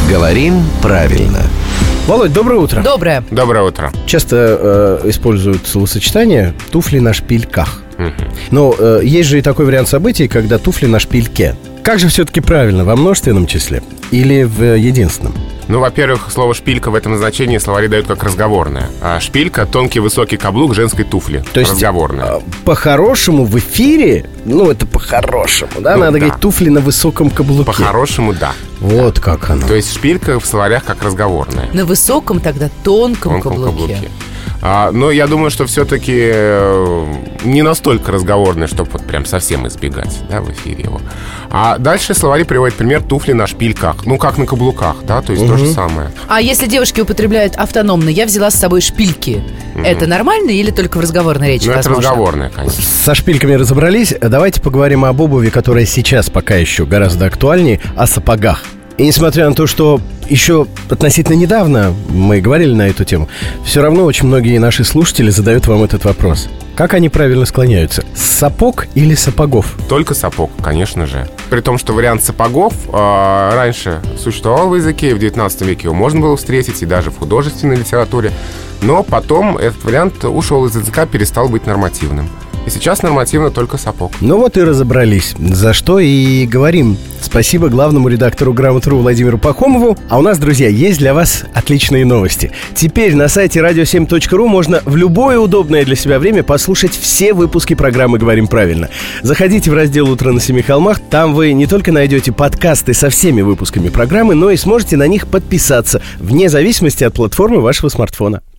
Говорим правильно. Володь, доброе утро. Доброе. Доброе утро. Часто используют словосочетание «туфли на шпильках». Но есть же и такой вариант событий, когда туфли на шпильке. Как же все-таки правильно, во множественном числе или в единственном? Ну, во-первых, слово «шпилька» в этом значении словари дают как разговорное. А шпилька — тонкий высокий каблук женской туфли. То есть, разговорное. По-хорошему в эфире, это по-хорошему, да? Надо говорить «туфли на высоком каблуке». По-хорошему, да. Вот как оно. То есть шпилька в словарях как разговорная. На высоком тогда тонком каблуке. Но я думаю, что все-таки не настолько разговорный, чтобы вот прям совсем избегать, да, в эфире его. А дальше словари приводят пример туфли на шпильках. Ну, как на каблуках, да, то есть то же самое. А если девушки употребляют автономно, я взяла с собой шпильки, это нормально или только в разговорной речи возможно? Это разговорное, конечно. Со шпильками разобрались. Давайте поговорим об обуви, которая сейчас пока еще гораздо актуальнее, о сапогах. И несмотря на то, что еще относительно недавно мы говорили на эту тему, все равно очень многие наши слушатели задают вам этот вопрос. Как они правильно склоняются? Сапог или сапогов? Только сапог, конечно же. При том, что вариант сапогов раньше существовал в языке, и в 19 веке его можно было встретить, и даже в художественной литературе. Но потом этот вариант ушел из языка, перестал быть нормативным. И сейчас нормативно только сапог. Ну вот и разобрались, за что и говорим. Спасибо главному редактору «Грамотру» Владимиру Пахомову. А у нас, друзья, есть для вас отличные новости. Теперь на сайте radio7.ru можно в любое удобное для себя время послушать все выпуски программы «Говорим правильно». Заходите в раздел «Утро на семи холмах». Там вы не только найдете подкасты со всеми выпусками программы, но и сможете на них подписаться, вне зависимости от платформы вашего смартфона.